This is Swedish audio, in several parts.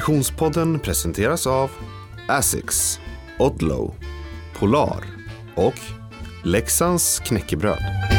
Konditionspodden presenteras av Asics, Odlo, Polar och Leksands knäckebröd.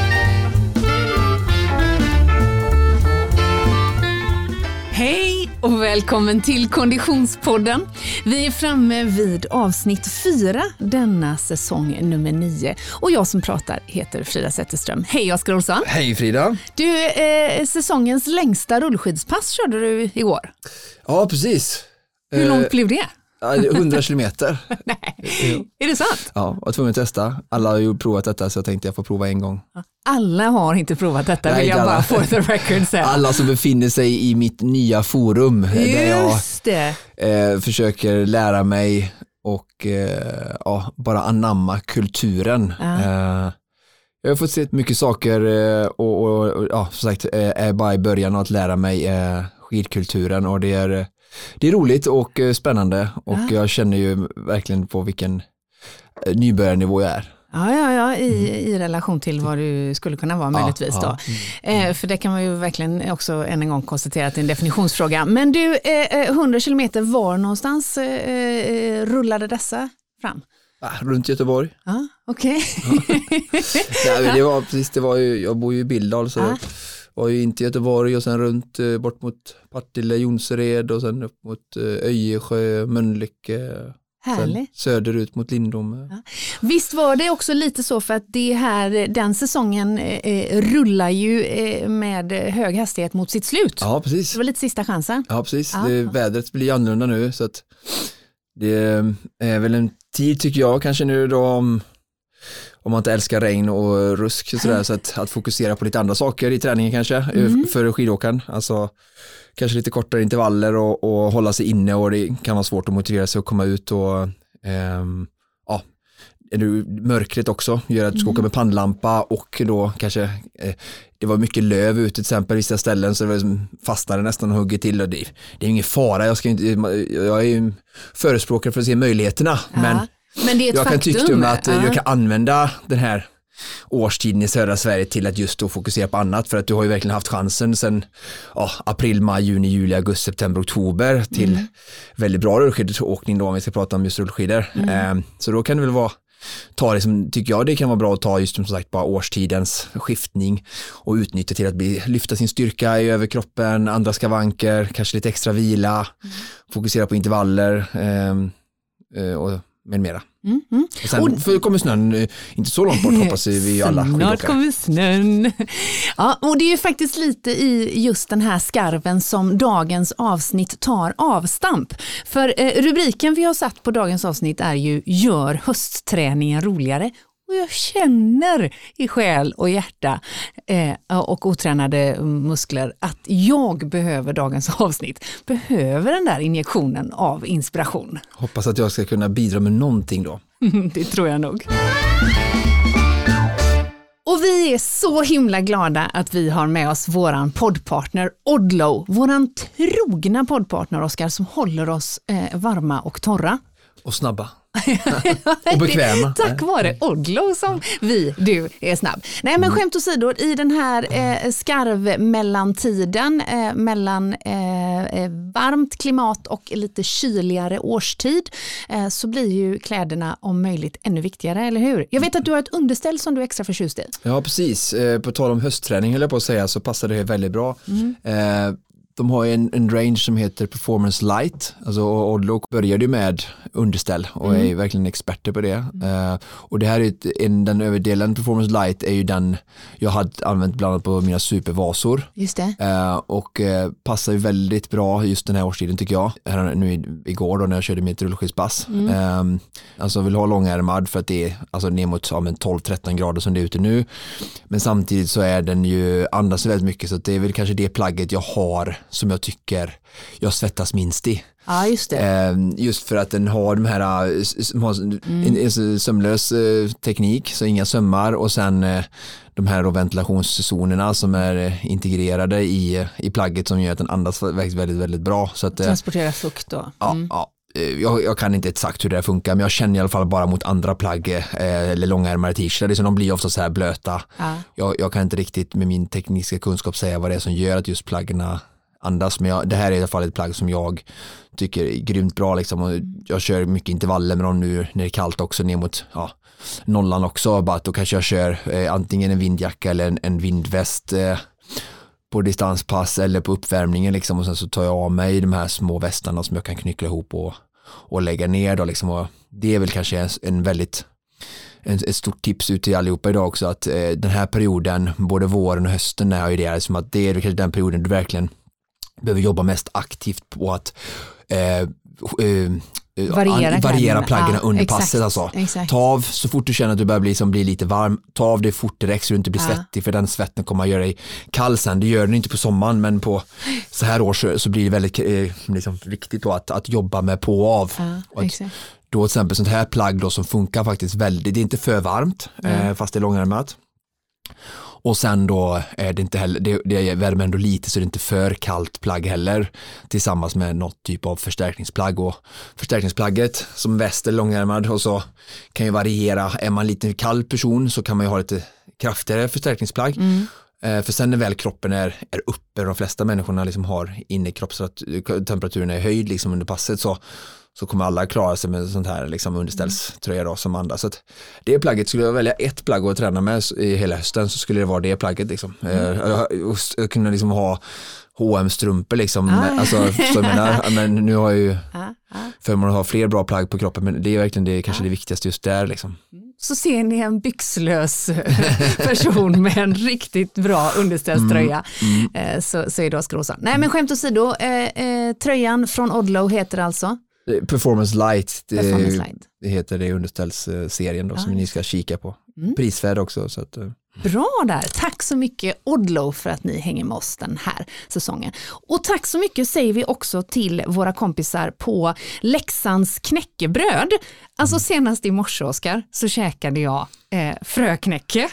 Hej och välkommen till Konditionspodden. Vi är framme vid avsnitt 4 denna säsong nummer 9. Och jag som pratar heter Frida Zetterström. Hej Oskar Olsson. Hej Frida. Du, säsongens längsta rullskidspass körde du igår. Ja, precis. Hur långt blev det? 100 kilometer. Nej, är det sant? Ja, jag var tvungen att testa. Alla har ju provat detta så jag tänkte jag får prova en gång. Alla har inte provat detta, Nej, vill jag bara for the record säga. Alla som befinner sig i mitt nya forum där jag försöker lära mig och bara anamma kulturen. Jag har fått se mycket saker och som sagt är bara i början att lära mig skidkulturen och det är roligt och spännande och jag känner ju verkligen på vilken nybörjarnivå jag är. Ja, i relation till vad du skulle kunna vara möjligtvis då. För det kan man ju verkligen också än en gång konstatera att det är en definitionsfråga. Men du, 100 kilometer var någonstans rullade dessa fram? Runt Göteborg. Ja, okej. Det var precis, jag bor ju i Billdal så det var ju inte Göteborg och sen runt bort mot Partille, Jonsered och sen upp mot Öjesjö, Mölnlycke. Härligt. Söderut mot Lindom. Ja. Visst var det också lite så för att den säsongen rullar ju med hög hastighet mot sitt slut. Ja, precis. Det var lite sista chansen. Ja, precis. Vädret blir annorlunda nu så att det är väl en tid tycker jag kanske nu då om man inte älskar regn och rusk sådär, så att fokusera på lite andra saker i träningen kanske för skidåkaren. Alltså kanske lite kortare intervaller och hålla sig inne och det kan vara svårt att motivera sig att komma ut och mörkret också gör att du ska åka med pannlampa och då kanske det var mycket löv ute till exempel vissa ställen så det var fastare nästan och hugger till och det är ingen fara, jag är ju förespråkare för att se möjligheterna men det är ett jag kan tycka att jag kan använda den här årstiden i södra Sverige till att just då fokusera på annat för att du har ju verkligen haft chansen sen april, maj, juni, juli, augusti, september, oktober till väldigt bra rullskidåkning då om vi ska prata om just rullskidor. Så då kan det väl ta det som tycker jag det kan vara bra att ta just som sagt bara årstidens skiftning och utnyttja till att lyfta sin styrka i överkroppen, andra skavanker, kanske lite extra vila, fokusera på intervaller och med mera. Och sen kommer snön inte så långt bort hoppas vi alla skidåkare. Snart kommer snön. Ja, och det är ju faktiskt lite i just den här skarven som dagens avsnitt tar avstamp. För rubriken vi har satt på dagens avsnitt är ju Gör höstträningen roligare. Och jag känner i själ och hjärta och otränade muskler att jag behöver dagens avsnitt. Behöver den där injektionen av inspiration. Hoppas att jag ska kunna bidra med någonting då. Det tror jag nog. Och vi är så himla glada att vi har med oss våran poddpartner Odlo. Våran trogna poddpartner Oskar som håller oss varma och torra. Och snabba. Och bekväma. Tack vare Odlo som du är snabb. Nej men skämt åsido, i den här skarvmellantiden mellan varmt klimat och lite kyligare årstid så blir ju kläderna om möjligt ännu viktigare, eller hur? Jag vet att du har ett underställ som du är extra förtjust i. Ja precis, på tal om höstträning höll jag på att säga så passar det väldigt bra. De har en range som heter Performance Light. Alltså Odlo började ju med underställ och är verkligen experter på det. Och det här är den överdelen Performance Light är ju den jag hade använt bland annat på mina supervasor. Just det. Och passar ju väldigt bra just den här årstiden tycker jag. Nu igår då när jag körde mitt rullskidspass. Alltså vill ha långärmad för att det är alltså ner mot 12-13 grader som det är ute nu. Men samtidigt så är den ju andas väldigt mycket så att det är väl kanske det plagget jag har som jag tycker jag svettas minst i. Ja, just det. Just för att den har de här en sömlös teknik, så inga sömmar och sen de här ventilationszonerna som är integrerade i plagget som gör att den andas väldigt, väldigt bra. Så att, transportera fukt då. Ja. Jag kan inte exakt hur det funkar, men jag känner i alla fall bara mot andra plagg eller långärmade t-shirtar, liksom, de blir ofta så här blöta. Jag kan inte riktigt med min tekniska kunskap säga vad det är som gör att just plaggarna andas, men det här är i alla fall ett plagg som jag tycker är grymt bra liksom, och jag kör mycket intervaller med dem nu när det är kallt också, ner mot nollan också, bara att då kanske jag kör antingen en vindjacka eller en vindväst på distanspass eller på uppvärmningen liksom, och sen så tar jag av mig de här små västarna som jag kan knyckla ihop och lägga ner då liksom, och det är väl kanske en väldigt ett stort tips ut till allihopa idag också, att den här perioden, både våren och hösten, är ju det som att det är kanske den perioden du verkligen behöver jobba mest aktivt på att variera plaggen under passet. Alltså. Ta av så fort du känner att du börjar bli lite varm, ta av det fort direkt så du inte blir svettig, för den svetten kommer att göra dig kall sen. Det gör den inte på sommaren, men på så här år så blir det väldigt liksom, viktigt då att jobba med på och av. Och då till exempel sånt här plagg då som funkar faktiskt väldigt, det är inte för varmt fast det är långärmat. Och sen då är det inte heller, det värmer ändå lite så det är inte för kallt plagg heller, tillsammans med något typ av förstärkningsplagg. Och förstärkningsplagget som väst eller långärmad, och så kan ju variera. Är man lite kall person så kan man ju ha lite kraftigare förstärkningsplagg. För sen när väl kroppen är uppe, de flesta människorna liksom har inne kropp så att temperaturen är höjd liksom under passet, så kommer alla klara sig med sånt här liksom underställströja då, som andra. Så att det plagget, skulle jag välja ett plagg att träna med i hela hösten, så skulle det vara det plagget liksom. Jag kunde liksom ha H&M-strumpor liksom. Alltså, så jag menar, men nu har jag ju för man har fler bra plagg på kroppen, men det är verkligen kanske det viktigaste just där liksom. Så ser ni en byxlös person med en riktigt bra underställströja, så är det Skråsan. Nej, men skämt åsido, tröjan från Odlo heter alltså? Performance Light, det heter det underställsserien då, som ni ska kika på. Prisvärd också. Så att, Bra där, tack så mycket Odlo för att ni hänger med oss den här säsongen. Och tack så mycket säger vi också till våra kompisar på Leksands knäckebröd. Alltså senast i morse, Oskar, så käkade jag fröknäcke.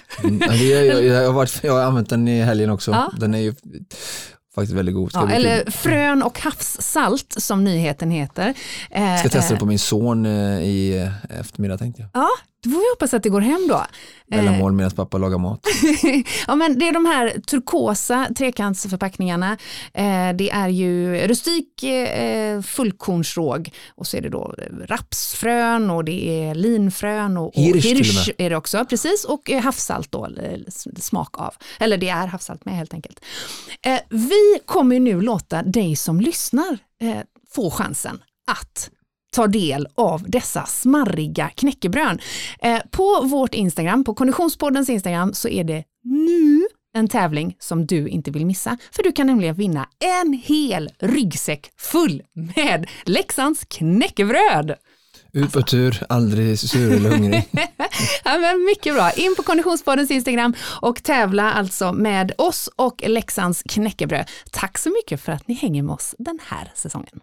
Jag har använt den i helgen också. Den är ju faktiskt väldigt god. Eller frön och havssalt som nyheten heter. Ska testa det på min son i eftermiddag, tänkte jag. Ja, då får vi hoppas att det går hem då. Mellanmål medan pappa lagar mat. Ja, men det är de här turkosa trekantsförpackningarna. Det är ju rustik fullkornsråg, och så är det då rapsfrön och det är linfrön och hirsch är det också, precis, och havssalt då, smak av. Eller det är havssalt med helt enkelt. Vi kommer ju nu låta dig som lyssnar få chansen att ta del av dessa smarriga knäckebröd. På vårt Instagram, på Konditionspoddens Instagram, så är det nu en tävling som du inte vill missa. För du kan nämligen vinna en hel ryggsäck full med Leksands knäckebröd. Ut på tur, aldrig sur eller hungrig. Ja, men mycket bra. In på Konditionspoddens Instagram och tävla alltså med oss och Leksands knäckebröd. Tack så mycket för att ni hänger med oss den här säsongen.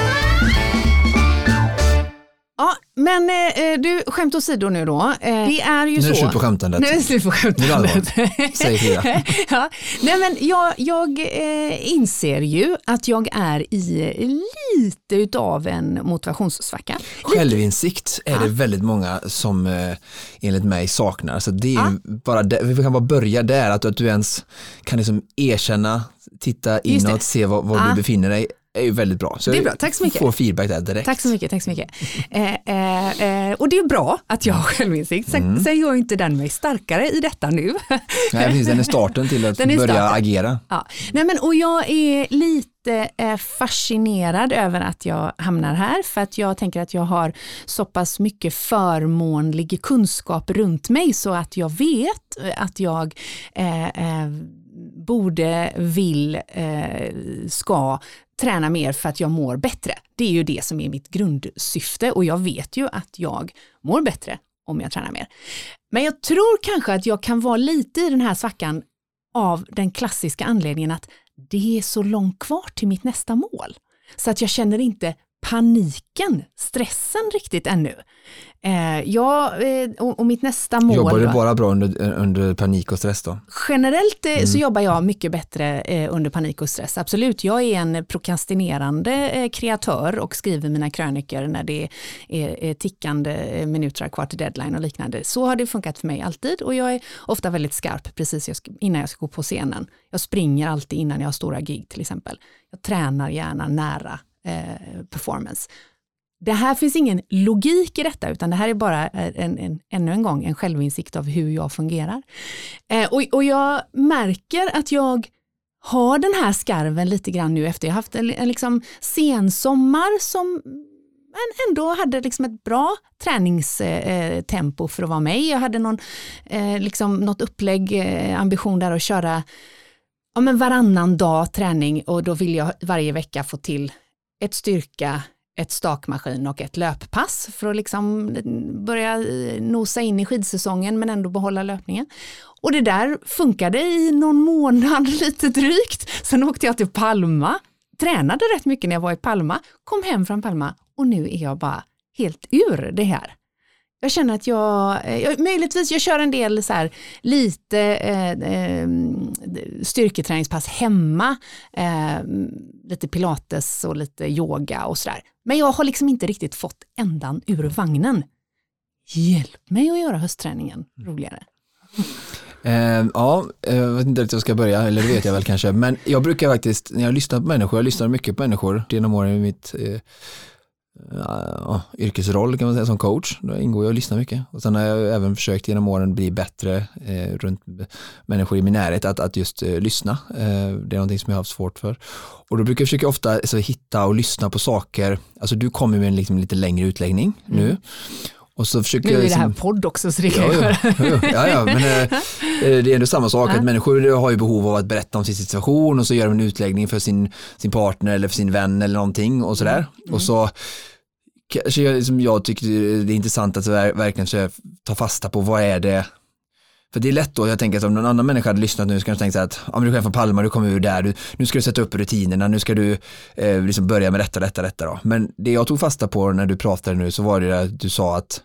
Ja, men du, skämt åsido nu då. Det är ju så. Nu är det slut på skämtandet. Nu är det slut på skämtandet. Säg Frida. Ja. Nej, men jag inser ju att jag är i lite utav en motivationssvacka. Självinsikt är det väldigt många som enligt mig saknar. Så det är bara vi kan bara börja där, att du ens kan liksom erkänna, titta inåt, se var du befinner dig. Är ju väldigt bra. Så det är bra, tack så mycket. Får feedback där direkt. Tack så mycket. Och det är bra att jag har självinsikt. Sen gör ju inte den mig starkare i detta nu. Nej, precis, den är starten till att börja agera. Ja. Nej, men, och jag är lite fascinerad över att jag hamnar här, för att jag tänker att jag har så pass mycket förmånlig kunskap runt mig så att jag vet att jag ska träna mer för att jag mår bättre. Det är ju det som är mitt grundsyfte, och jag vet ju att jag mår bättre om jag tränar mer. Men jag tror kanske att jag kan vara lite i den här svackan av den klassiska anledningen att det är så långt kvar till mitt nästa mål. Så att jag känner inte paniken, stressen riktigt ännu. Och mitt nästa mål... Jobbar du bara bra under panik och stress då? Generellt så jobbar jag mycket bättre under panik och stress. Absolut, jag är en prokrastinerande kreatör och skriver mina krönikor när det är tickande minuter kvar till deadline och liknande. Så har det funkat för mig alltid, och jag är ofta väldigt skarp precis innan jag ska gå på scenen. Jag springer alltid innan jag har stora gig till exempel. Jag tränar gärna nära performance. Det här finns ingen logik i detta, utan det här är bara ännu en gång en självinsikt av hur jag fungerar. Och jag märker att jag har den här skarven lite grann nu efter jag haft en liksom sensommar som ändå hade liksom ett bra träningstempo för att vara med. Jag hade något upplägg, ambition där att köra varannan dag träning, och då vill jag varje vecka få till ett styrka, ett stakmaskin och ett löppass för att liksom börja nosa in i skidsäsongen men ändå behålla löpningen. Och det där funkade i någon månad lite drygt. Sen åkte jag till Palma, tränade rätt mycket när jag var i Palma, kom hem från Palma och nu är jag bara helt ur det här. Jag känner att jag kör en del så här, lite styrketräningspass hemma, lite pilates och lite yoga och sådär. Men jag har liksom inte riktigt fått ändan ur vagnen. Hjälp mig att göra höstträningen roligare. Jag vet inte att jag ska börja, eller det vet jag väl kanske. Men jag brukar faktiskt, när jag lyssnar på människor, jag lyssnar mycket på människor genom åren i mitt yrkesroll kan man säga som coach. Då ingår jag och lyssnar mycket. Och sen har jag även försökt genom åren bli bättre runt människor i min närhet att just lyssna. Det är någonting som jag har haft svårt för. Och då brukar jag försöka ofta hitta och lyssna på saker. Alltså du kommer med en liksom lite längre utläggning nu. Och så försöker nu är det här podd också så det kan jag göra. Men det är ändå samma sak att människor har ju behov av att berätta om sin situation och så gör de en utläggning för sin partner eller för sin vän eller någonting och sådär. Och så kanske jag tycker det är intressant att verkligen ta fasta på vad är det. För det är lätt då, jag tänker att om någon annan människa hade lyssnat nu ska jag tänka så att du kommer från Palma, du kommer ur där, nu ska du sätta upp rutinerna, nu ska du liksom börja med detta då. Men det jag tog fasta på när du pratade nu så var det att du sa att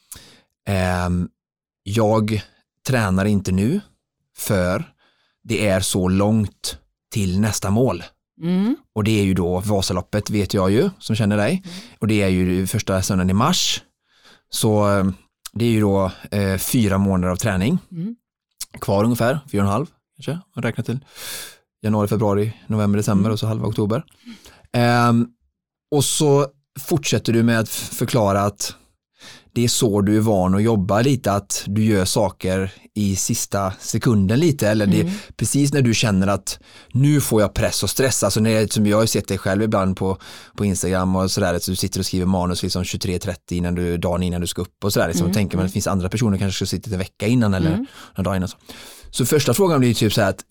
jag tränar inte nu för det är så långt till nästa mål. Och det är ju då Vasaloppet vet jag ju som känner dig. Och det är ju första söndagen i mars. Så det är ju då 4 månader av träning. Kvar ungefär, 4,5 kanske. Man räknar till januari, februari, november, december och så halva oktober. Och så fortsätter du med att förklara att det är så du är van att jobba lite, att du gör saker i sista sekunden lite, eller det är precis när du känner att nu får jag press och stress, alltså som jag har sett dig själv ibland på Instagram och sådär, så du sitter och skriver manus liksom 23:30 dagen innan du ska upp och sådär, liksom, och tänker man att det finns andra personer kanske ska sitta en vecka innan eller några dagar innan. Så första frågan blir typ så här att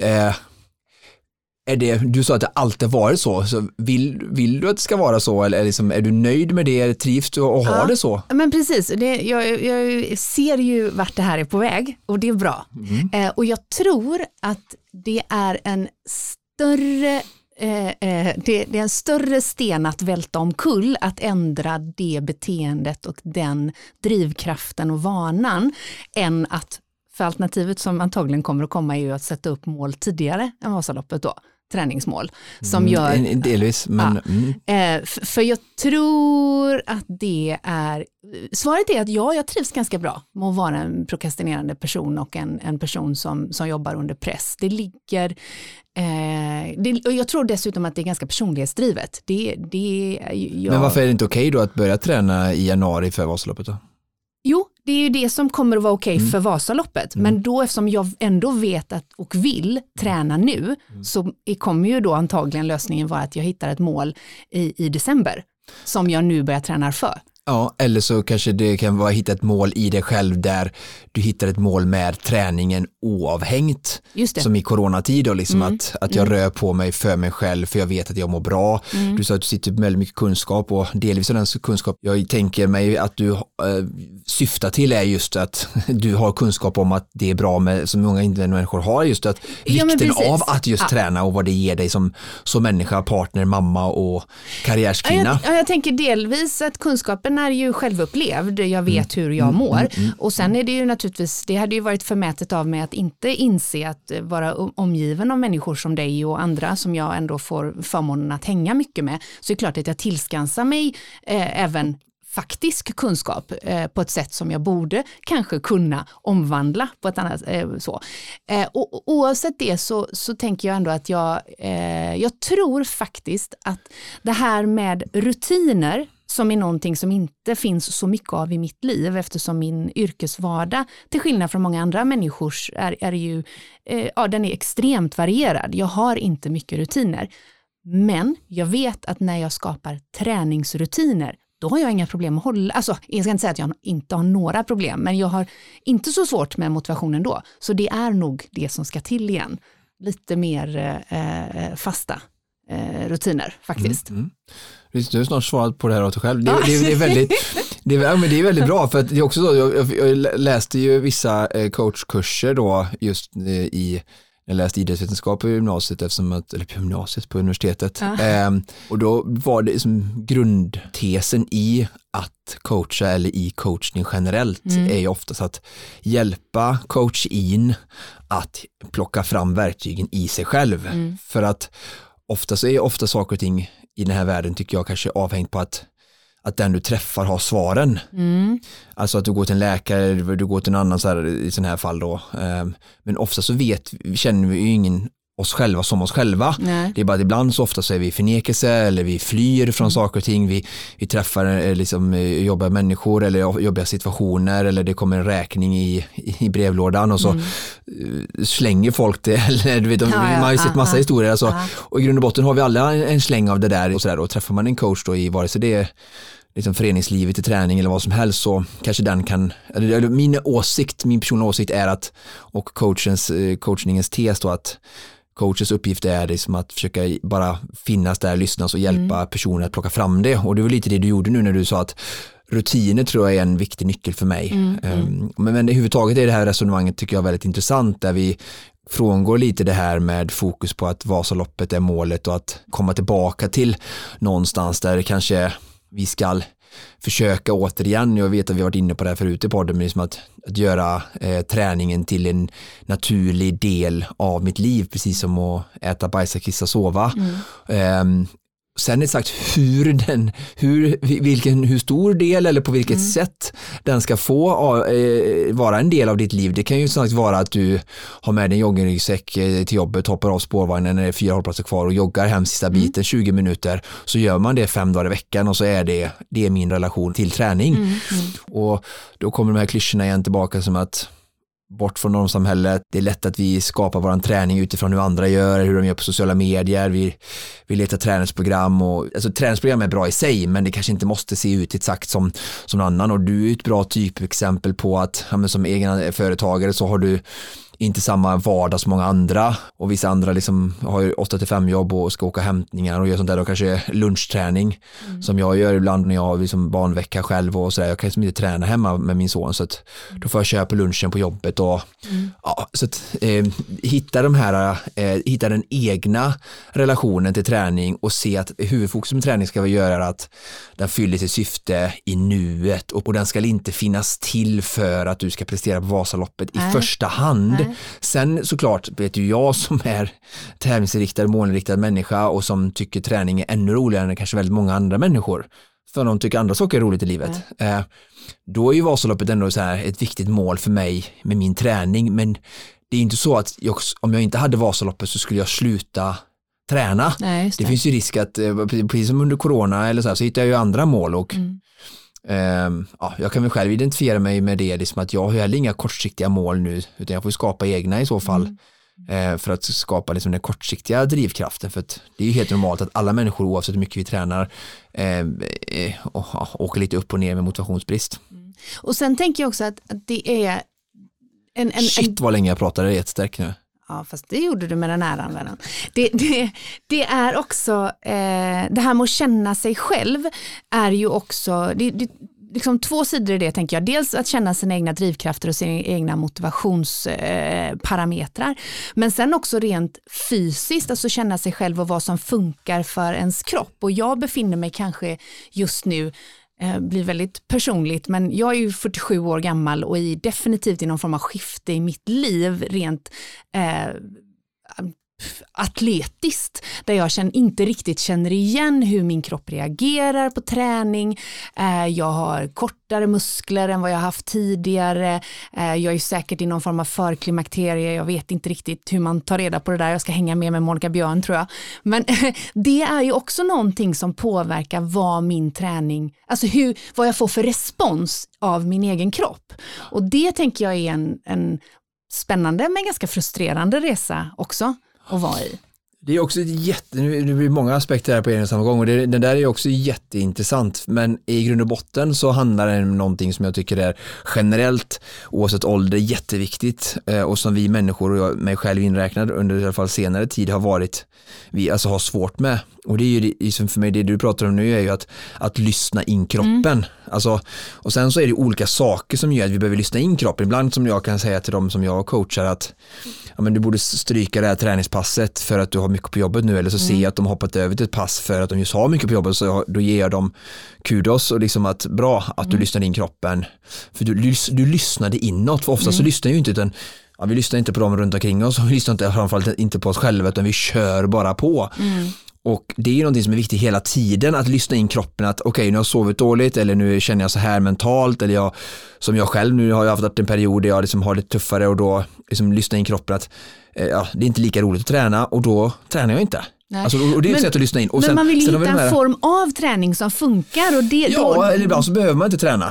du sa att det alltid varit så vill du att det ska vara så eller liksom, är du nöjd med det, trivs du och har det så? Men precis, jag ser ju vart det här är på väg och det är bra. Och jag tror att det är en större det är en större sten att välta omkull att ändra det beteendet och den drivkraften och vanan än att, för alternativet som antagligen kommer att komma är ju att sätta upp mål tidigare än Vasaloppet då, träningsmål som gör delvis, men för jag tror att det är svaret är att jag trivs ganska bra med att vara en prokrastinerande person och en person som jobbar under press. Det ligger och jag tror dessutom att det är ganska personlighetsdrivet. Men varför är det inte okej då att börja träna i januari för Vasaloppet då? Jo, det är ju det som kommer att vara okej för Vasaloppet. Men då eftersom jag ändå vet och vill träna nu så kommer ju då antagligen lösningen vara att jag hittar ett mål i december som jag nu börjar träna för. Ja, eller så kanske det kan vara att hitta ett mål i dig själv där du hittar ett mål med träningen oavhängt. Just det. Som i coronatid då, liksom att jag rör på mig för mig själv för jag vet att jag mår bra. Du sa att du sitter med väldigt mycket kunskap och delvis av den kunskap jag tänker mig att du syftar till är just att du har kunskap om att det är bra med, som många människor har, just att vikten av att just träna och vad det ger dig som människa, partner, mamma och karriärskvinna. Jag tänker delvis att kunskapen är ju självupplevd, jag vet hur jag mår och sen är det ju naturligtvis, det hade ju varit förmätet av mig att inte inse att vara omgiven av människor som dig och andra som jag ändå får förmånen att hänga mycket med, så är det klart att jag tillskansar mig även faktisk kunskap på ett sätt som jag borde kanske kunna omvandla på ett annat så. Och oavsett det så tänker jag ändå att jag tror faktiskt att det här med rutiner som är någonting som inte finns så mycket av i mitt liv, eftersom min yrkesvardag till skillnad från många andra människors är ju den är extremt varierad. Jag har inte mycket rutiner. Men jag vet att när jag skapar träningsrutiner, då har jag inga problem att hålla. Alltså, jag ska inte säga att jag inte har några problem, men jag har inte så svårt med motivationen då. Så det är nog det som ska till igen. Lite mer fasta rutiner faktiskt. Du har snart svarat på det här åt dig själv. Det är väldigt, det är väldigt bra, för att det är också så, jag läste ju vissa coachkurser då just jag läste idrottsvetenskap på gymnasiet, på universitetet. Och då var det som grundtesen i att coacha eller i coachning generellt är ju oftast att hjälpa coachin att plocka fram verktygen i sig själv. För att ofta saker och ting i den här världen tycker jag kanske avhängt på att den du träffar har svaren. Alltså att du går till en läkare, du går till en annan så här, i sån här fall då. Men ofta så känner vi ju ingen oss själva som oss själva. Nej. Det är bara att ibland så ofta så är vi i förnekelse eller vi flyr från saker och ting. Vi träffar jobbiga människor eller jobbiga situationer, eller det kommer en räkning i brevlådan och så slänger folk det. Eller, du vet, man har ju sett massa historier. Alltså, och i grund och botten har vi alla en släng av det där. Och, så där, och träffar man en coach då i vare sig det är liksom föreningslivet i träning eller vad som helst, så kanske den kan, min personliga åsikt är att, och coachningens tes då, att coachens uppgift är liksom att försöka bara finnas där, lyssna och hjälpa personer att plocka fram det. Och det var lite det du gjorde nu när du sa att rutiner tror jag är en viktig nyckel för mig. Men överhuvudtaget är det här resonemanget tycker jag väldigt intressant, där vi frångår lite det här med fokus på att Vasaloppet är målet och att komma tillbaka till någonstans där kanske vi ska försöka återigen, jag vet att vi har varit inne på det här förut i podden, men liksom att göra träningen till en naturlig del av mitt liv, precis som att äta, bajsa, kissa, sova. Sen är det sagt hur stor del eller på vilket sätt den ska få vara en del av ditt liv. Det kan ju sagt vara att du har med din joggingryggsäck till jobbet, hoppar av spårvagnen när det är 4 hållplatser kvar och joggar hem sista biten 20 minuter. Så gör man det 5 dagar i veckan och så är det är min relation till träning. Och då kommer de här klyschorna igen tillbaka, som att bort från normsamhället. Det är lätt att vi skapar våran träning utifrån hur andra gör, hur de gör på sociala medier. Vi letar träningsprogram, och alltså träningsprogram är bra i sig, men det kanske inte måste se ut exakt som någon annan. Och du är ett bra typexempel på att som egen företagare så har du inte samma vardag som många andra, och vissa andra liksom har ju 8-5 jobb och ska åka hämtningar och gör sånt där, då kanske lunchträning som jag gör ibland när jag har liksom barnvecka själv och så där. Jag kan liksom inte träna hemma med min son, så att då får jag köpa lunchen på jobbet och så att hitta den egna relationen till träning och se att huvudfokus med träning ska göra att den fyller sitt syfte i nuet, och den ska inte finnas till för att du ska prestera på Vasaloppet i första hand. Sen såklart vet ju jag som är tävlingsinriktad, målinriktad människa och som tycker träning är ännu roligare än kanske väldigt många andra människor, för de tycker andra saker är roligt i livet. Då är ju Vasaloppet ändå så här ett viktigt mål för mig med min träning, men det är inte så att om jag inte hade Vasaloppet så skulle jag sluta träna. Nej, det finns ju risk att precis som under corona eller så hittar jag ju andra mål, och jag kan väl själv identifiera mig med det, liksom att jag har heller inga kortsiktiga mål nu, utan jag får skapa egna i så fall för att skapa liksom den kortsiktiga drivkraften, för att det är ju helt normalt att alla människor oavsett hur mycket vi tränar åker lite upp och ner med motivationsbrist. Och sen tänker jag också att det är Shit vad länge jag pratade, det är jättestärk nu. Ja, fast det gjorde du med den här användaren. Det är också, det här med att känna sig själv är ju också, det liksom 2 sidor i det tänker jag. Dels att känna sina egna drivkrafter och sina egna motivationsparametrar. Men sen också rent fysiskt, alltså känna sig själv och vad som funkar för ens kropp. Och jag befinner mig kanske just nu, blir väldigt personligt, men jag är ju 47 år gammal och är definitivt i någon form av skifte i mitt liv rent atletiskt, där jag inte riktigt känner igen hur min kropp reagerar på träning. Jag har kortare muskler än vad jag haft tidigare. Jag är säkert i någon form av förklimakterie. Jag vet inte riktigt hur man tar reda på det där. Jag ska hänga med Monica Björn, tror jag. Men det är ju också någonting som påverkar vad min träning, alltså vad jag får för respons av min egen kropp. Och det tänker jag är en spännande men ganska frustrerande resa också att vara i. Det är också det blir många aspekter här på en och samma gång, och den där är också jätteintressant, men i grund och botten så handlar det om någonting som jag tycker är generellt, oavsett ålder, jätteviktigt, och som vi människor, och jag mig själv inräknad, under i alla fall senare tid har svårt med. Och det är ju som för mig, det du pratar om nu är ju att lyssna in kroppen. Alltså, och sen så är det olika saker som gör att vi behöver lyssna in kroppen. Ibland som jag kan säga till dem som jag coachar att men du borde stryka det här träningspasset för att du har mycket på jobbet nu, eller så ser jag att de har hoppat över till ett pass för att de just har mycket på jobbet, så då ger jag dem kudos och liksom att bra att du lyssnar in kroppen. För du lyssnade inåt, för ofta så lyssnar ju inte, utan vi lyssnar inte på dem runt omkring oss, och vi lyssnar framförallt inte på oss själva, utan vi kör bara på. Och det är ju någonting som är viktigt hela tiden, att lyssna in kroppen, att okej, nu har jag sovit dåligt, eller nu känner jag så här mentalt, eller som jag själv, nu har jag haft en period där jag liksom har lite tuffare, och då liksom lyssna in kroppen att det är inte lika roligt att träna, och då tränar jag inte. Alltså, och det är ett sätt att lyssna in. Och men man vill hitta en form av träning som funkar. Och det, eller ibland så behöver man inte träna.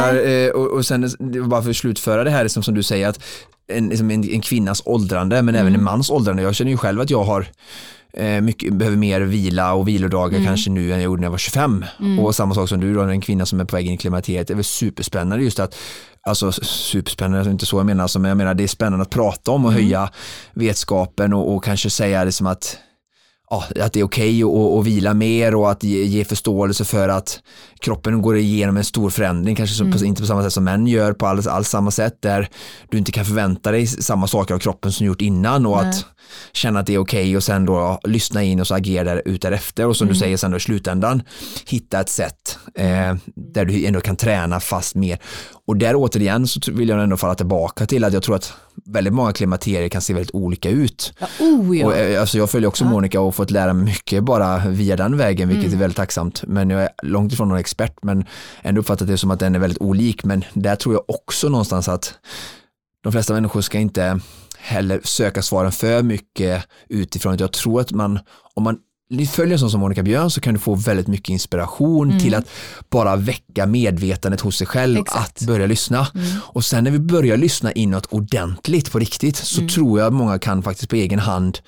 Och sen bara för att slutföra det här som du säger, att en kvinnas åldrande, men även en mans åldrande. Jag känner ju själv att jag har behöver mer vila och vilodagar kanske nu än jag gjorde när jag var 25. Och samma sak som du då, en kvinna som är på väg in i klimakteriet. Det är väl superspännande just att, alltså superspännande, inte så jag menar, som jag menar, det är spännande att prata om och höja vetskapen och kanske säga det som att det är okej att vila mer, och att ge förståelse för att kroppen går igenom en stor förändring, kanske inte på samma sätt som män gör, på alls samma sätt, där du inte kan förvänta dig samma saker av kroppen som gjort innan, och att känna att det är okej, och sen då lyssna in och så agera ut därefter, och som du säger sen då i slutändan hitta ett sätt där du ändå kan träna fast mer. Och där återigen så vill jag ändå falla tillbaka till att jag tror att väldigt många klimakterier kan se väldigt olika ut. Och, alltså jag följer också Monica och fått lära mig mycket bara via den vägen, vilket är väldigt tacksamt. Men jag är långt ifrån någon expert, men ändå uppfattat det som att den är väldigt olik. Men där tror jag också någonstans att de flesta människor ska inte heller söka svaren för mycket utifrån. Jag tror att om man följer en sån som Monica Björn, så kan du få väldigt mycket inspiration till att bara väcka medvetandet hos sig själv. Exakt. Att börja lyssna. Och sen när vi börjar lyssna inåt ordentligt på riktigt, så tror jag att många kan faktiskt på egen hand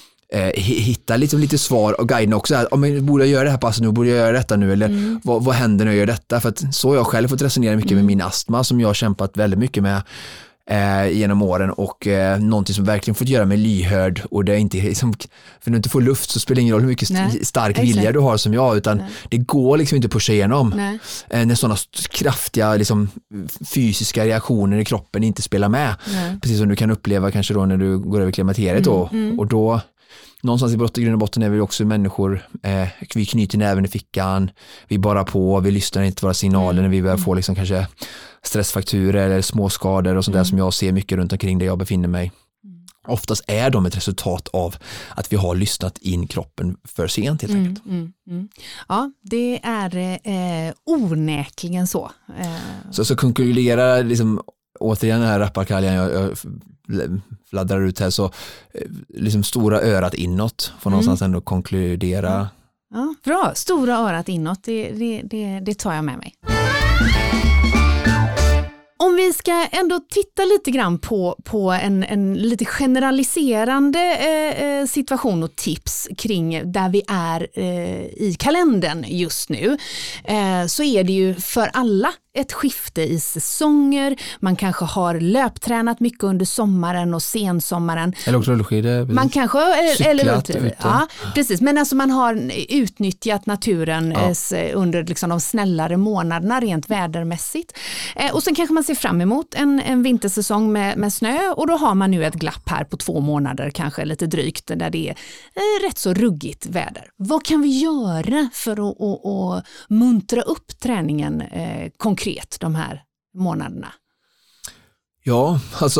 hitta lite svar och guida också. Att, borde jag göra det här passet nu? Borde jag göra detta nu? Eller vad händer när jag gör detta? För att så har jag själv fått resonera mycket med min astma, som jag har kämpat väldigt mycket med genom åren, och någonting som verkligen fått göra mig lyhörd, och det är inte liksom, för när du inte får luft så spelar det ingen roll hur mycket stark vilja du har som jag, utan det går liksom inte att pusha igenom när sådana kraftiga liksom, fysiska reaktioner i kroppen inte spelar med, precis som du kan uppleva kanske då när du går över klimakteriet då, och då någonstans i grund och botten är vi också människor, vi knyter näven i fickan, vi bara på, vi lyssnar inte på våra signaler när vi börjar få liksom kanske stressfakturer eller småskador och sånt där som jag ser mycket runt omkring där jag befinner mig. Oftast är de ett resultat av att vi har lyssnat in kroppen för sent helt enkelt. Ja, det är onekligen så. Så konkludera liksom, återigen den här rapparkaljan jag fladdrar ut här, så liksom stora örat inåt får någonstans ändå konkludera. Ja, bra, stora örat inåt, det tar jag med mig. Om vi ska ändå titta lite grann på en lite generaliserande situation och tips kring där vi är i kalendern just nu, så är det ju för alla ett skifte i säsonger. Man kanske har löptränat mycket under sommaren och sensommaren. Eller också rullskidor. Man kanske cyklat ute. Ja, precis. Men alltså man har utnyttjat naturen under liksom de snällare månaderna rent vädermässigt. Och sen kanske man ser fram emot en vintersäsong med snö, och då har man nu ett glapp här på 2 månader, kanske lite drygt, där det är rätt så ruggigt väder. Vad kan vi göra för att muntra upp träningen konkret de här månaderna? Ja, alltså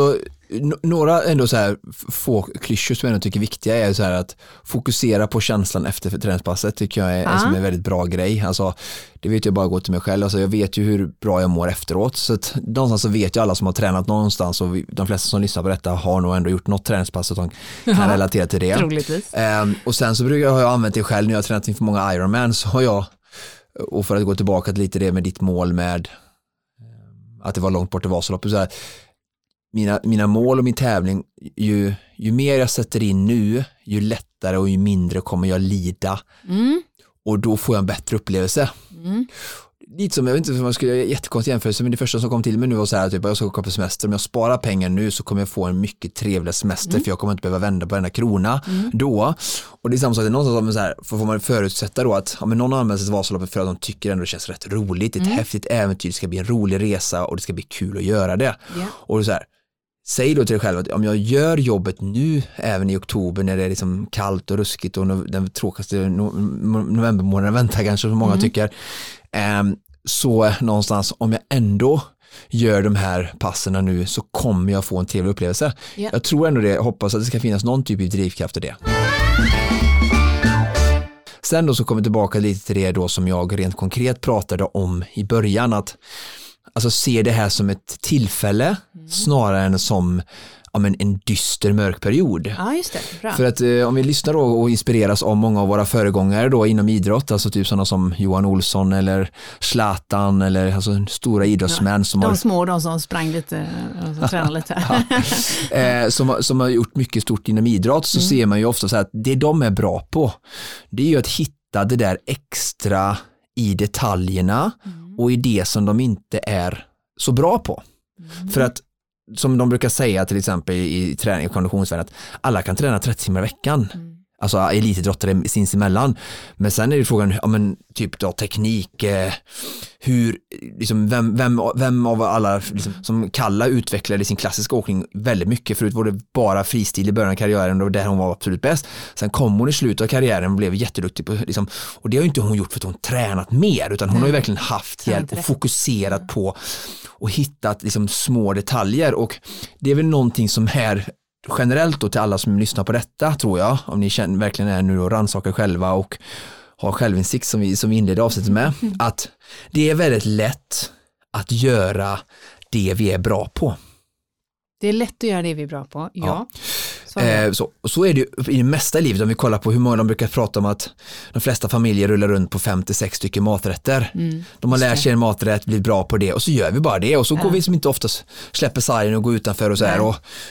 Några ändå så här få klyschor som jag ändå tycker är viktiga är så här att fokusera på känslan efter träningspasset tycker jag är som en väldigt bra grej. Alltså, det vet jag bara gå till mig själv. Alltså, jag vet ju hur bra jag mår efteråt. Så att någonstans så vet jag alla som har tränat någonstans och de flesta som lyssnar på detta har nog ändå gjort något träningspass så att de kan relatera till det. Troligtvis. Och sen så har jag använt det själv när jag har tränat inför många Ironman så har jag, och för att gå tillbaka till lite det med ditt mål med att det var långt bort i Vasaloppet så här, mina mål och min tävling, ju mer jag sätter in nu, ju lättare och ju mindre kommer jag lida. Och då får jag en bättre upplevelse. Lite som, jag vet inte om man skulle göra jättekonstig jämförelse, men det första som kom till mig nu var så här, typ, jag ska åka på semester, om jag sparar pengar nu så kommer jag få en mycket trevlig semester för jag kommer inte behöva vända på en krona då. Och det är samma sak, det är någonstans som så här, får man förutsätta då att men någon använder sig till Vasaloppet för att de tycker ändå det känns rätt roligt, ett häftigt äventyr, det ska bli en rolig resa och det ska bli kul att göra det. Och så här, säg då till dig själv att om jag gör jobbet nu även i oktober när det är liksom kallt och ruskigt och den tråkigaste novembermånaden väntar kanske som många tycker, så någonstans om jag ändå gör de här passerna nu så kommer jag få en trevlig upplevelse. Jag tror ändå det, jag hoppas att det ska finnas någon typ av drivkraft i det. Sen då så kommer vi tillbaka lite till det då som jag rent konkret pratade om i början, att alltså se det här som ett tillfälle snarare än som en dyster mörk period. Ja, just det. Bra. För att om vi lyssnar då och inspireras av många av våra föregångare då inom idrott, alltså typ sådana som Johan Olsson eller Zlatan eller alltså stora idrottsmän som de små, de som sprang lite och tränade lite. som har gjort mycket stort inom idrott, så ser man ju ofta så här att det de är bra på, det är ju att hitta det där extra i detaljerna och i det som de inte är så bra på. För att som de brukar säga till exempel i träning och konditionsvärlden, att alla kan träna 30 timmar i veckan. Alltså elitidrottare sinsemellan. Men sen är det frågan, typ då teknik, hur, liksom, vem av alla liksom, som Kalla utvecklade sin klassiska åkning väldigt mycket. Förut var det bara fristil i början av karriären och där hon var absolut bäst. Sen kom hon i slutet av karriären och blev jätteduktig på, liksom, och det har ju inte hon gjort för att hon tränat mer, utan hon har ju verkligen haft hjälp och fokuserat på och hittat liksom, små detaljer, och det är väl någonting som är generellt då till alla som lyssnar på detta, tror jag, om ni verkligen är nu och rannsakar själva och har självinsikt som vi inledde avsnittet med, att det är väldigt lätt att göra det vi är bra på. Det är lätt att göra det vi är bra på, ja. Så är det ju i det mesta i livet. Om vi kollar på hur många de brukar prata om att de flesta familjer rullar runt på 5-6 stycken maträtter. De har lärt sig en maträtt, blivit bra på det och så gör vi bara det. Och så går vi som inte oftast släpper sargen och går utanför och så här. Och,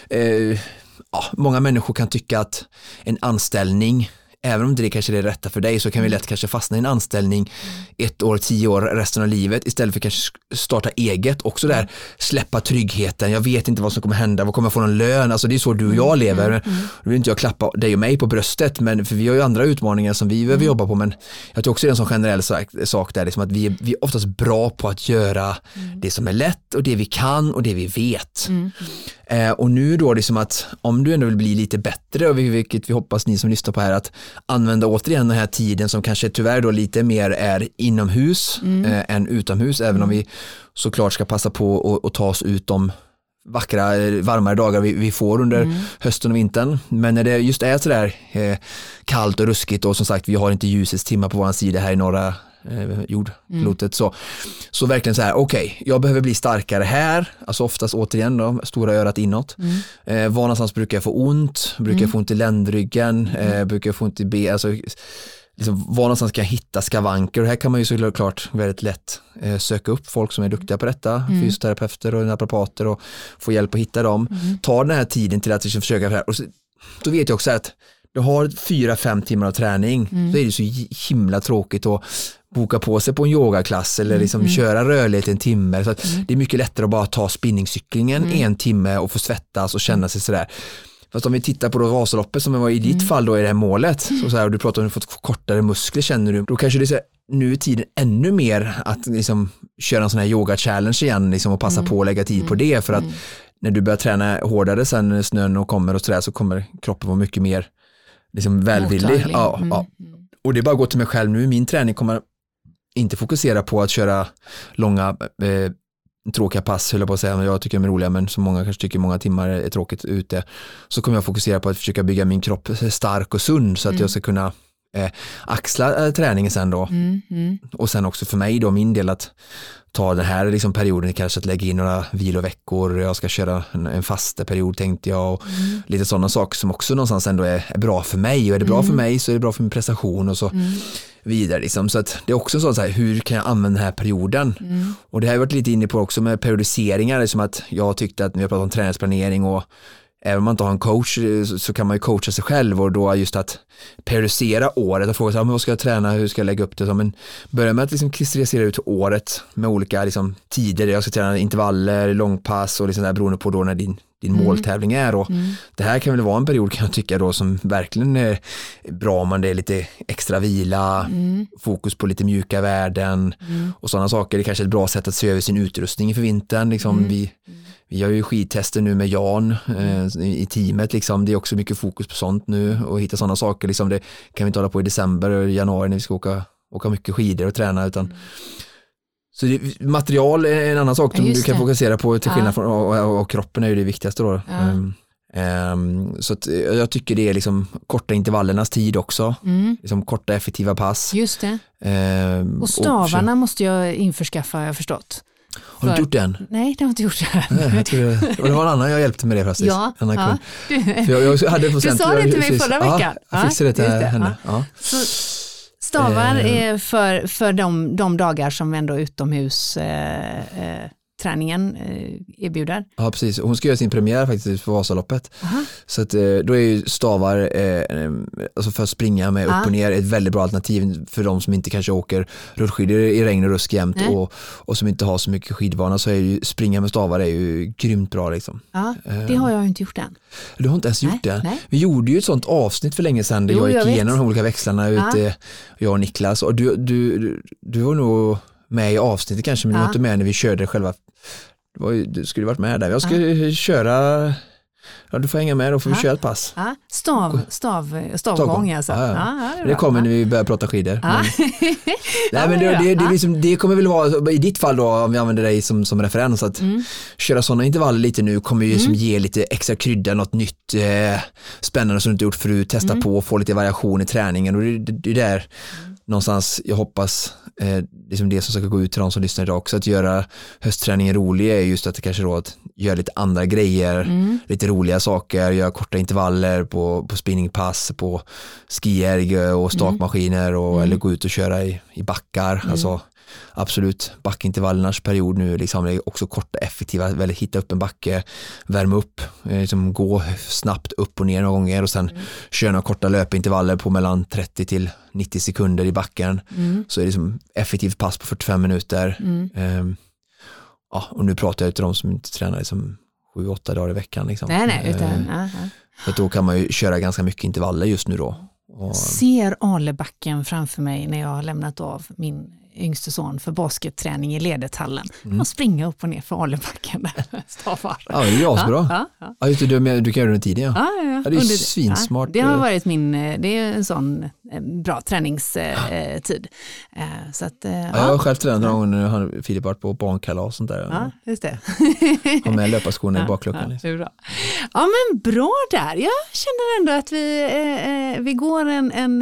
många människor kan tycka att en anställning, även om det kanske är det rätta för dig, så kan vi lätt kanske fastna i en anställning 1 år, 10 år resten av livet istället för kanske starta eget. Också där släppa tryggheten. Jag vet inte vad som kommer hända. Vad kommer jag få någon lön? Alltså det är så du och jag lever. Nu vill inte jag klappa dig och mig på bröstet, men för vi har ju andra utmaningar som vi behöver jobba på. Men jag tror också det är en sån generell sak där, liksom att vi är oftast bra på att göra det som är lätt och det vi kan och det vi vet. Och nu då liksom att om du ändå vill bli lite bättre, och vilket vi hoppas ni som lyssnar på här, att använda återigen den här tiden som kanske tyvärr då lite mer är inomhus än utomhus, även om vi såklart ska passa på att ta oss ut de vackra, varmare dagar vi får under hösten och vintern. Men när det just är sådär kallt och ruskigt och som sagt vi har inte ljusets timmar på vår sida här i norra jordklotet, så verkligen så här, okej, jag behöver bli starkare här, alltså oftast återigen då, stora örat inåt. Var någonstans brukar jag få ont? Brukar jag få ont i ländryggen? Brukar jag få ont i alltså, liksom, var någonstans kan jag hitta skavanker? Och här kan man ju såklart väldigt lätt söka upp folk som är duktiga på detta, fysioterapeuter och naprapater, och få hjälp att hitta dem. Ta den här tiden till att liksom försöka, och så, då vet jag också att du har 4-5 timmar av träning, så är det så himla tråkigt att boka på sig på en yogaklass eller liksom köra rörlighet en timme. Så att det är mycket lättare att bara ta spinningcyklingen 1 timme och få svettas och känna sig sådär. Fast om vi tittar på då Vasaloppet som var i ditt fall då i det här målet, så här, och du pratar om att du fått kortare muskler, känner du, då kanske det är så här, nu är tiden ännu mer att liksom köra en sån här yoga-challenge igen liksom, och passa på att lägga tid på det, för att när du börjar träna hårdare sen när snön och kommer och sådär, så kommer kroppen vara mycket mer liksom välvillig. Och det är bara att gå till mig själv nu. Min träning kommer inte fokusera på att köra långa tråkiga pass, höll jag på att säga, men jag tycker de är roliga, men som många kanske tycker många timmar är tråkigt ute, så kommer jag fokusera på att försöka bygga min kropp stark och sund så att jag ska kunna axla träningen sen då. Och sen också för mig då, min del att ta den här liksom perioden, kanske att lägga in några viloveckor, jag ska köra en fasta period tänkte jag, och lite sådana saker som också någonstans ändå är bra för mig, och är det bra för mig så är det bra för min prestation och så vidare liksom. Så att det är också så här, hur kan jag använda den här perioden? Och det har jag varit lite inne på också med periodiseringar, liksom att jag tyckte att när jag pratade om träningsplanering, och även om man inte har en coach så kan man ju coacha sig själv, och då just att periodisera året och fråga sig, men vad ska jag träna, hur ska jag lägga upp det? Så, men börja med att liksom kristallisera ut året med olika liksom, tider, jag ska träna intervaller, långpass och liksom där, beroende på då när din måltävling är. Och det här kan väl vara en period, kan jag tycka då, som verkligen är bra om man det är lite extra vila, fokus på lite mjuka värden och sådana saker. Det är kanske är ett bra sätt att se över sin utrustning inför vintern. Liksom, vi har ju skidtester nu med Jan i teamet. Liksom. Det är också mycket fokus på sånt nu, och hitta sådana saker. Liksom. Det kan vi inte hålla på i december och januari när vi ska åka mycket skidor och träna. Utan, så material är en annan sak som du kan fokusera på, till skillnad från, och kroppen är ju det viktigaste då. Så att jag tycker det är liksom korta intervallernas tid också. Liksom korta effektiva pass. Just det. Och stavarna måste jag införskaffa, har jag förstått. Har du inte gjort den? Nej, det har jag inte gjort det. Det var en annan jag hjälpte med det faktiskt. Ja. Jag hade du sa det till mig förra veckan. Jag fixade det till henne. Så stavar är för de dagar som ändå utomhus träningen erbjuder. Ja, precis. Hon ska göra sin premiär faktiskt för Vasaloppet. Så att, då är ju stavar alltså för att springa med upp och ner ett väldigt bra alternativ för de som inte kanske åker rullskidor i regn och rusk jämt och som inte har så mycket skidvana, så är ju springa med stavar är ju grymt bra liksom. Ja, det har jag inte gjort än. Du har inte ens gjort det? Nej. Vi gjorde ju ett sånt avsnitt för länge sedan där jag gick igenom de olika växlarna ute, jag och Niklas, och du var nog med i avsnittet kanske, men du var inte med när vi körde själva. Du skulle varit med där. Jag ska köra. Ja, du får hänga med, då får vi köra ett pass. Stavgång alltså. Det kommer när vi börjar prata skidor. Det kommer väl vara i ditt fall då, om vi använder dig som referens, att köra sådana intervaller lite nu kommer ju som ge lite extra krydda, något nytt spännande som du inte gjort förut, testa på och få lite variation i träningen, och det är där någonstans jag hoppas liksom det som ska gå ut till de som lyssnar idag också, att göra höstträningen rolig är just att det kanske då att göra lite andra grejer, lite roliga saker, göra korta intervaller på spinningpass, på skierg och stakmaskiner och eller gå ut och köra i backar. Alltså absolut, backintervallernas period nu liksom, är också korta, effektiva, väldigt hitta upp en backe, värma upp, liksom gå snabbt upp och ner några gånger och sen köra några korta löpintervaller på mellan 30 till 90 sekunder i backen. Så är det som effektivt pass på 45 minuter. Och nu pratar jag till de som inte tränar liksom 7-8 dagar i veckan. Liksom. För då kan man ju köra ganska mycket intervaller just nu då. Ser Alebacken framför mig när jag har lämnat av min yngste son för basketträning i ledethallen. Och springa upp och ner för Alebacken där stavar. Ja, det är ju asbra. Ja, just det, du kan göra det tidigare. Ja, det är svinsmart. Det har varit det är en sån bra träningstid. Så att, jag har själv tränat någon gång när han Filip varit på barnkalas och sånt där. Ja, just det. Har med löparskorna i bakluckan. Liksom. Det är bra. Ja, men bra där. Jag känner ändå att vi går en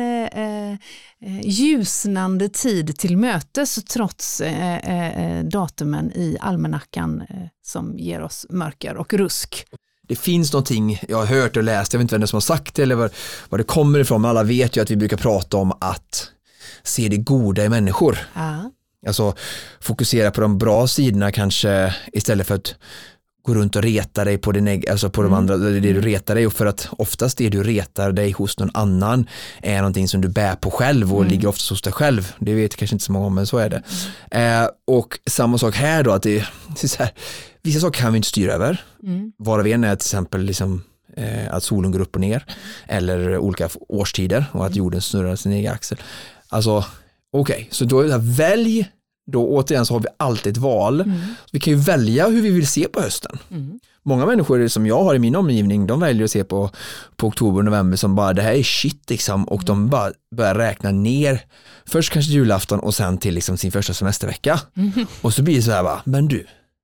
ljusnande tid till mötes trots datumen i almanackan som ger oss mörker och rusk. Det finns någonting jag har hört och läst, jag vet inte vem det som har sagt det eller var det kommer ifrån, men alla vet ju att vi brukar prata om att se det goda i människor. Alltså fokusera på de bra sidorna kanske istället för att gå runt och reta dig på alltså på de andra, det du retar dig, och för att oftast det du retar dig hos någon annan är någonting som du bär på själv och ligger oftast hos dig själv. Det vet jag kanske inte så många om, men så är det. Och samma sak här då, att det är så här, vissa saker kan vi inte styra över. Varav en är till exempel liksom, att solen går upp och ner eller olika årstider och att jorden snurrar sin egen axel. Alltså, okej, så då är det här, välj. Då återigen så har vi alltid ett val. Vi kan ju välja hur vi vill se på hösten. Många människor som jag har i min omgivning, de väljer att se på oktober och november som bara, det här är shit liksom, och de bara börjar räkna ner först kanske julafton och sen till liksom sin första semestervecka. Och så blir det så här bara, men du,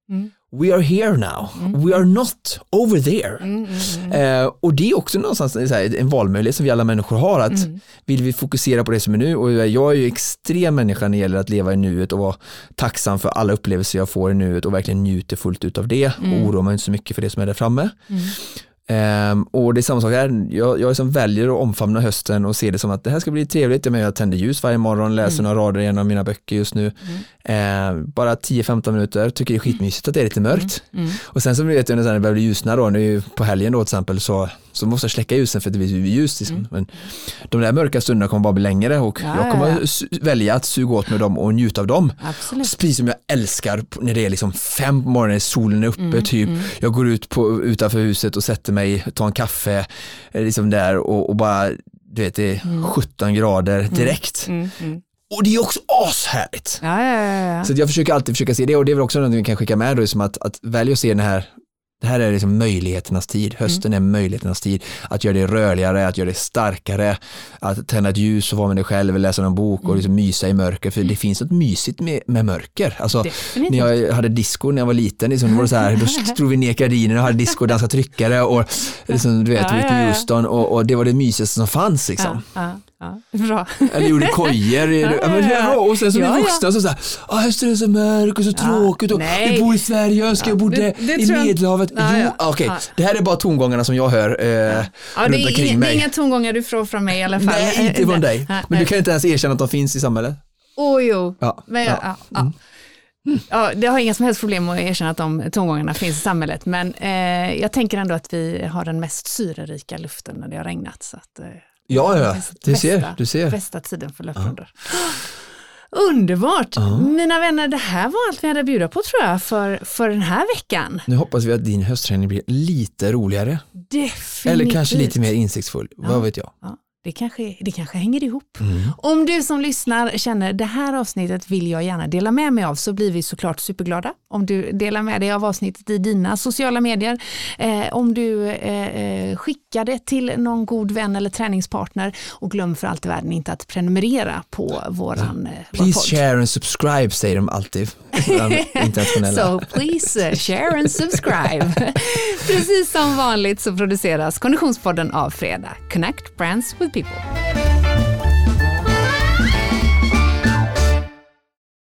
We are here now. We are not over there. Och det är också någonstans en valmöjlighet som vi alla människor har. Att vill vi fokusera på det som är nu? Och jag är ju extrem människa när det gäller att leva i nuet och vara tacksam för alla upplevelser jag får i nuet och verkligen njuter fullt ut av det. Och oroar mig inte så mycket för det som är där framme. Och det är samma sak här. Jag liksom väljer att omfamna hösten och se det som att det här ska bli trevligt. Jag tänder ljus varje morgon, läser några rader i en av mina böcker just nu. Bara 10-15 minuter, tycker det är skitmysigt att det är lite mörkt. Och sen så vet jag när det börjar bli ljusna då, nu på helgen då till exempel, så måste jag släcka ljusen för att det blir ljust. Liksom. Men de där mörka stunderna kommer bara bli längre och jag kommer välja att suga åt med dem och njuta av dem. Precis som jag älskar när det är liksom 5 på morgonen, solen är uppe typ. Jag går ut utanför huset och sätter mig, tar en kaffe liksom där och bara, du vet, det är 17 grader direkt. Och det är också ashärligt. Ja. Så jag försöker alltid se det, och det är väl också något vi kan skicka med då, som att välja att se det här är liksom möjligheternas tid. Hösten är möjligheternas tid. Att göra det rörligare, att göra det starkare, att tända ett ljus och vara med dig själv eller läsa en bok och liksom mysa i mörker. För det finns något mysigt med mörker. Alltså, när jag hade disco när jag var liten, liksom, var det så här, då drog vi ner gardinerna och hade disco och dansade tryckare och liksom, du vet, Whitney Houston och det var det mysigaste som fanns liksom. Ja, bra. Eller gjorde kojor. Och sen så blir vuxna så här, hösten är så mörk och så tråkigt och vi bor i Sverige, jag önskar jag bodde i Medelhavet. Det här är bara tongångarna som jag hör runt omkring mig. Det är inga tongångar du får från mig i alla fall. Nej, inte från dig. Men du kan inte ens erkänna att de finns i samhället. Jo. Ja, det har inga som helst problem att erkänna att de tongångarna finns i samhället, men jag tänker ändå att vi har den mest syrerika luften när det har regnat, så att du ser. Bästa tiden för löprunder. Underbart! Mina vänner, det här var allt vi hade att bjuda på, tror jag, för den här veckan. Nu hoppas vi att din höstträning blir lite roligare. Definitivt. Eller kanske lite mer insiktsfull, vad vet jag. Ja. Det kanske hänger ihop. Om du som lyssnar känner det här avsnittet vill jag gärna dela med mig av, så blir vi såklart superglada om du delar med dig av avsnittet i dina sociala medier. Om du skickar det till någon god vän eller träningspartner, och glöm för allt i världen inte att prenumerera på våran Please share and subscribe, säger de alltid. Internationella. So please share and subscribe. Precis som vanligt så produceras Konditionspodden av Fredag. Connect Brands with People.